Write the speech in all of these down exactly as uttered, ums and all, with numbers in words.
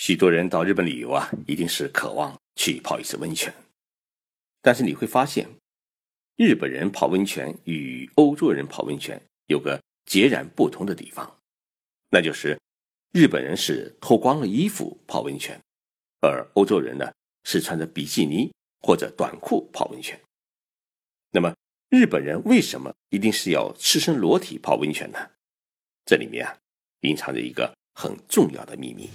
许多人到日本旅游啊，一定是渴望去泡一次温泉。但是你会发现，日本人泡温泉与欧洲人泡温泉有个截然不同的地方，那就是日本人是脱光了衣服泡温泉，而欧洲人呢是穿着比基尼或者短裤泡温泉。那么日本人为什么一定是要赤身裸体泡温泉呢？这里面啊隐藏着一个很重要的秘密。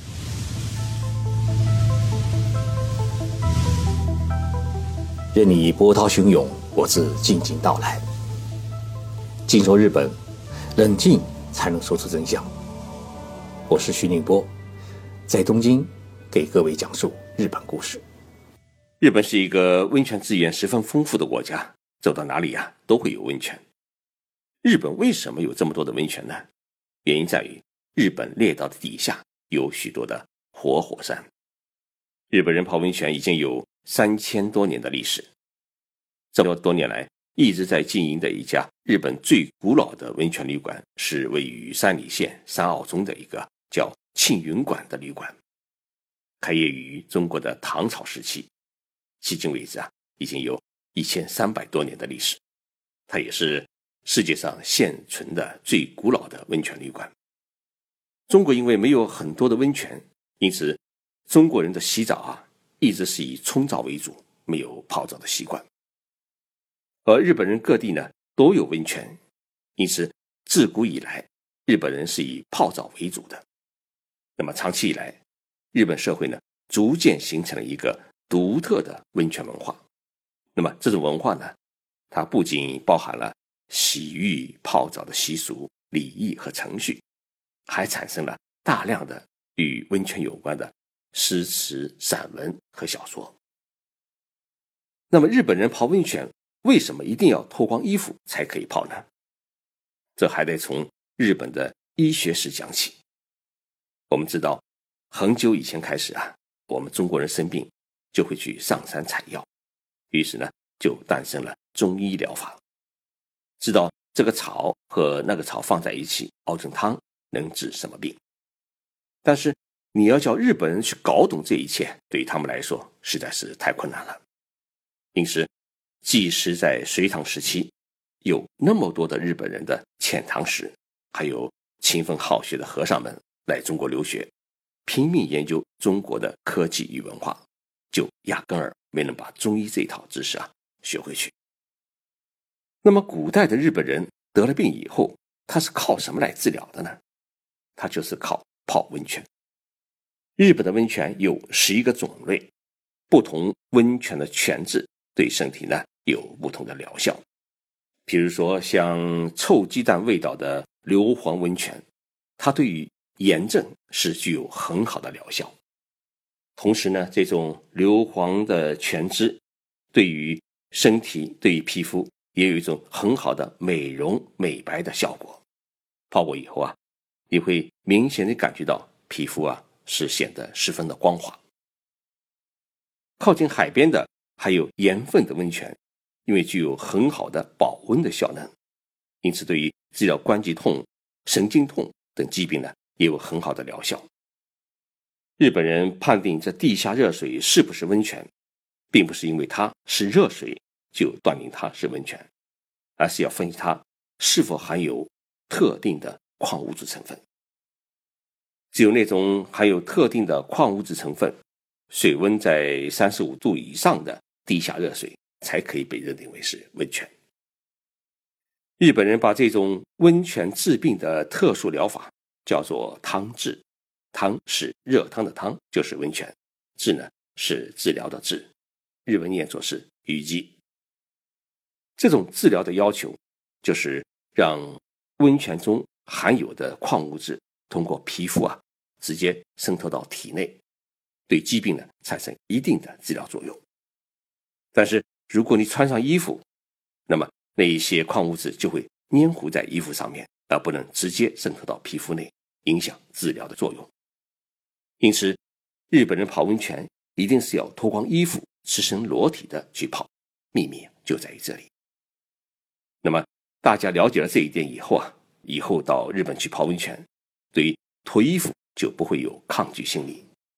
任你波涛汹涌，我自静静到来。静说日本，冷静才能说出真相。我是徐宁波，在东京给各位讲述日本故事。 日本是一个温泉资源十分丰富的国家，走到哪里啊都会有温泉。日本为什么有这么多的温泉呢？原因在于日本列岛的底下有许多的活火山。日本人泡温泉已经有三千多年的历史，这么多年来一直在经营的一家日本最古老的温泉旅馆，是位于山梨县三奥中的一个叫庆云馆的旅馆，开业于中国的唐朝时期，迄今为止啊已经有一千三百多年的历史。它也是世界上现存的最古老的温泉旅馆。中国因为没有很多的温泉，因此中国人的洗澡啊一直是以冲澡为主，没有泡澡的习惯。而日本人各地呢都有温泉，因此自古以来日本人是以泡澡为主的。那么长期以来，日本社会呢逐渐形成了一个独特的温泉文化。那么这种文化呢，它不仅包含了洗浴泡澡的习俗、礼仪和程序，还产生了大量的与温泉有关的诗词、散文和小说。那么日本人泡温泉为什么一定要脱光衣服才可以泡呢？这还得从日本的医学史讲起。我们知道很久以前开始啊，我们中国人生病就会去上山采药，于是呢就诞生了中医疗法，知道这个草和那个草放在一起熬成汤能治什么病。但是你要叫日本人去搞懂这一切，对于他们来说实在是太困难了。因此即使在隋唐时期有那么多的日本人的遣唐使，还有勤奋好学的和尚们来中国留学，拼命研究中国的科技与文化，就压根儿没能把中医这套知识啊学回去。那么古代的日本人得了病以后，他是靠什么来治疗的呢？他就是靠泡温泉。日本的温泉有十一个种类，不同温泉的泉质对身体呢有不同的疗效。比如说像臭鸡蛋味道的硫磺温泉，它对于炎症是具有很好的疗效。同时呢，这种硫磺的泉汁对于身体、对于皮肤也有一种很好的美容美白的效果。泡过以后啊，你会明显的感觉到皮肤啊是显得十分的光滑。靠近海边的还有盐分的温泉，因为具有很好的保温的效能，因此对于治疗关节痛、神经痛等疾病呢也有很好的疗效。日本人判定这地下热水是不是温泉，并不是因为它是热水就断定它是温泉，而是要分析它是否含有特定的矿物质成分。只有那种含有特定的矿物质成分，水温在三十五度以上的地下热水才可以被认定为是温泉。日本人把这种温泉治病的特殊疗法叫做汤治，汤是热汤的汤，就是温泉，治呢是治疗的治，日文念作是雨季。这种治疗的要求就是让温泉中含有的矿物质通过皮肤啊直接渗透到体内，对疾病呢产生一定的治疗作用。但是如果你穿上衣服，那么那一些矿物质就会粘糊在衣服上面，而不能直接渗透到皮肤内，影响治疗的作用。因此日本人泡温泉一定是要脱光衣服，赤身裸体的去泡，秘密就在于这里。那么大家了解了这一点以后啊，以后到日本去泡温泉，对于脱衣服就不会有抗拒心理，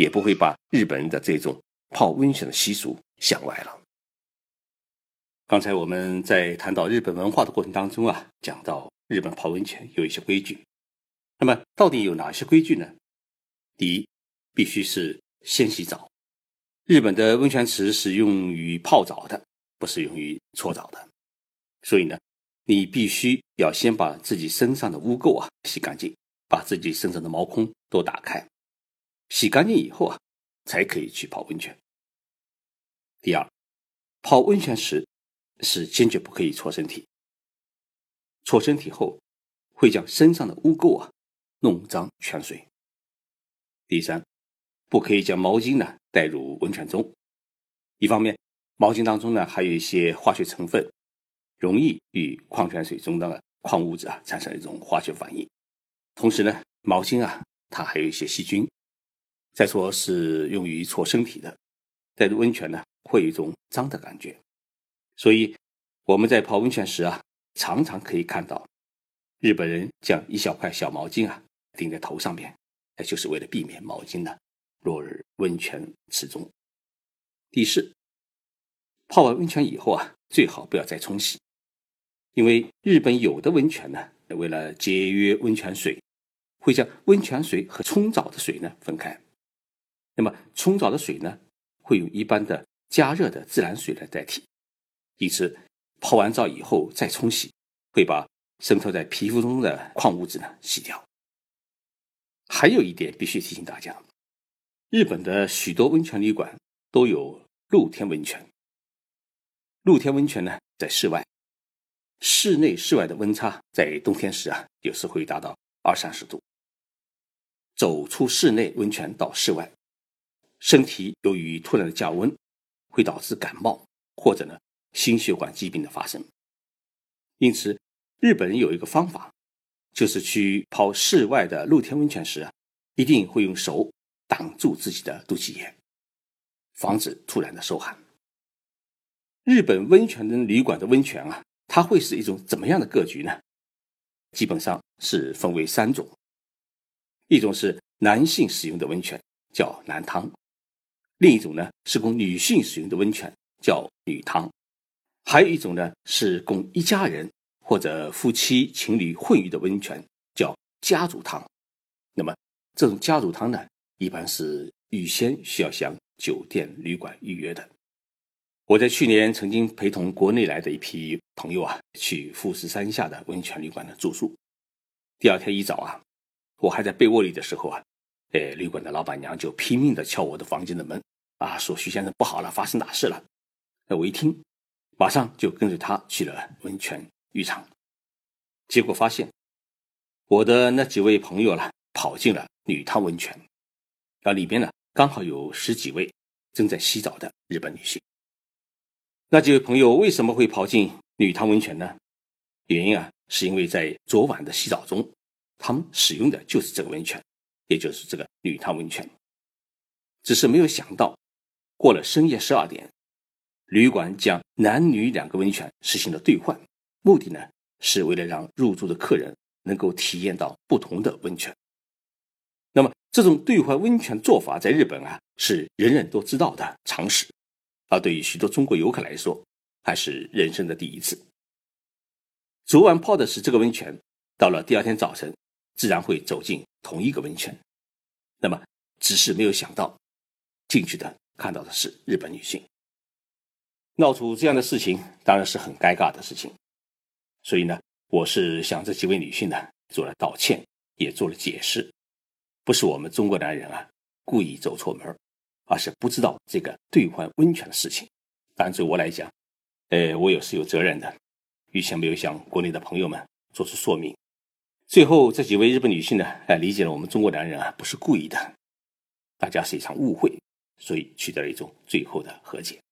也不会把日本人的这种泡温泉的习俗想歪了。刚才我们在谈到日本文化的过程当中啊，讲到日本泡温泉有一些规矩。那么到底有哪些规矩呢？第一，必须是先洗澡。日本的温泉池是用于泡澡的，不是用于搓澡的。所以呢，你必须要先把自己身上的污垢啊洗干净，把自己身上的毛孔都打开，洗干净以后啊，才可以去泡温泉。第二，泡温泉时是坚决不可以搓身体，搓身体后会将身上的污垢啊弄脏泉水。第三，不可以将毛巾呢带入温泉中，一方面毛巾当中呢还有一些化学成分，容易与矿泉水中的矿物质啊产生一种化学反应，同时呢毛巾啊它还有一些细菌。再说是用于搓身体的，带入温泉呢会有一种脏的感觉，所以我们在泡温泉时啊，常常可以看到日本人将一小块小毛巾啊顶在头上面，那就是为了避免毛巾呢落入温泉池中。第四，泡完温泉以后啊，最好不要再冲洗，因为日本有的温泉呢，为了节约温泉水，会将温泉水和冲澡的水呢分开。那么冲澡的水呢，会用一般的加热的自来水来代替，因此泡完澡以后再冲洗，会把渗透在皮肤中的矿物质呢洗掉。还有一点必须提醒大家，日本的许多温泉旅馆都有露天温泉。露天温泉呢在室外，室内室外的温差在冬天时啊，有时会达到二三十度。走出室内温泉到室外，身体由于突然的降温，会导致感冒或者呢心血管疾病的发生。因此日本人有一个方法，就是去泡室外的露天温泉时啊，一定会用手挡住自己的肚脐眼，防止突然的受寒。日本温泉的旅馆的温泉啊，它会是一种怎么样的格局呢？基本上是分为三种，一种是男性使用的温泉，叫男汤；另一种呢是供女性使用的温泉，叫女汤；还有一种呢是供一家人或者夫妻情侣混浴的温泉，叫家族汤。那么这种家族汤呢，一般是预先需要向酒店旅馆预约的。我在去年曾经陪同国内来的一批朋友啊，去富士山下的温泉旅馆的住宿。第二天一早啊，我还在被窝里的时候啊，呃，旅馆的老板娘就拼命地敲我的房间的门啊，说徐先生不好了，发生大事了。那我一听，马上就跟着他去了温泉浴场，结果发现我的那几位朋友了跑进了女汤温泉，而里面呢刚好有十几位正在洗澡的日本女性。那几位朋友为什么会跑进女汤温泉呢？原因啊，是因为在昨晚的洗澡中，他们使用的就是这个温泉，也就是这个女汤温泉。只是没有想到，过了深夜十二点，旅馆将男女两个温泉实行了兑换，目的呢是为了让入住的客人能够体验到不同的温泉。那么这种兑换温泉做法在日本啊是人人都知道的常识，而对于许多中国游客来说，还是人生的第一次。昨晚泡的是这个温泉，到了第二天早晨自然会走进同一个温泉。那么只是没有想到，进去的看到的是日本女性。闹出这样的事情当然是很尴尬的事情，所以呢，我是向这几位女性呢做了道歉，也做了解释。不是我们中国男人啊故意走错门，而是不知道这个兑换温泉的事情。当然对我来讲，呃，我也是有责任的，预先没有向国内的朋友们做出说明。最后这几位日本女性呢，呃，理解了我们中国男人啊不是故意的，大家是一场误会，所以取得了一种最后的和解。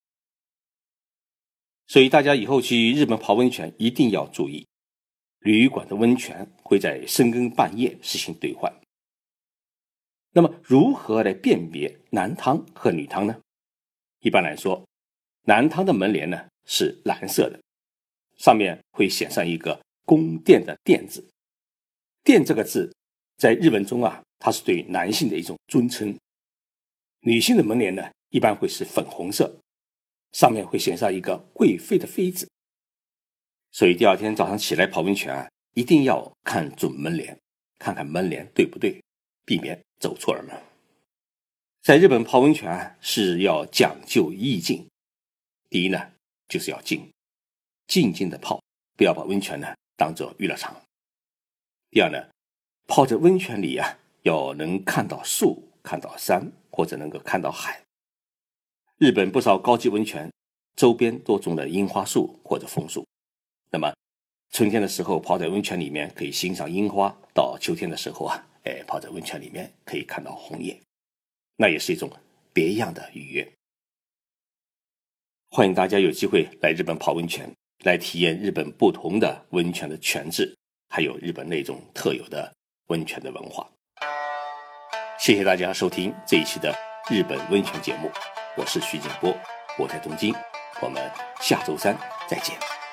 所以大家以后去日本泡温泉一定要注意，旅馆的温泉会在深更半夜实行兑换。那么如何来辨别男汤和女汤呢？一般来说，男汤的门帘呢是蓝色的，上面会写上一个宫殿的殿字。殿这个字在日文中啊，它是对男性的一种尊称， 女性的门帘呢，一般会是粉红色，上面会写上一个贵妃的妃字。所以第二天早上起来泡温泉啊，一定要看准门帘，看看门帘对不对，避免走错了门。在日本泡温泉啊，是要讲究意境。第一呢，就是要静，静静的泡，不要把温泉呢当作娱乐场。第二呢，泡在温泉里啊，要能看到树，看到山，或者能够看到海。日本不少高级温泉周边多种了樱花树或者枫树，那么春天的时候泡在温泉里面可以欣赏樱花，到秋天的时候啊，哎，泡在温泉里面可以看到红叶，那也是一种别样的愉悦。欢迎大家有机会来日本泡温泉，来体验日本不同的温泉的泉质，还有日本那种特有的温泉的文化。谢谢大家收听这一期的日本温泉节目，我是徐景波，我在东京，我们下周三再见。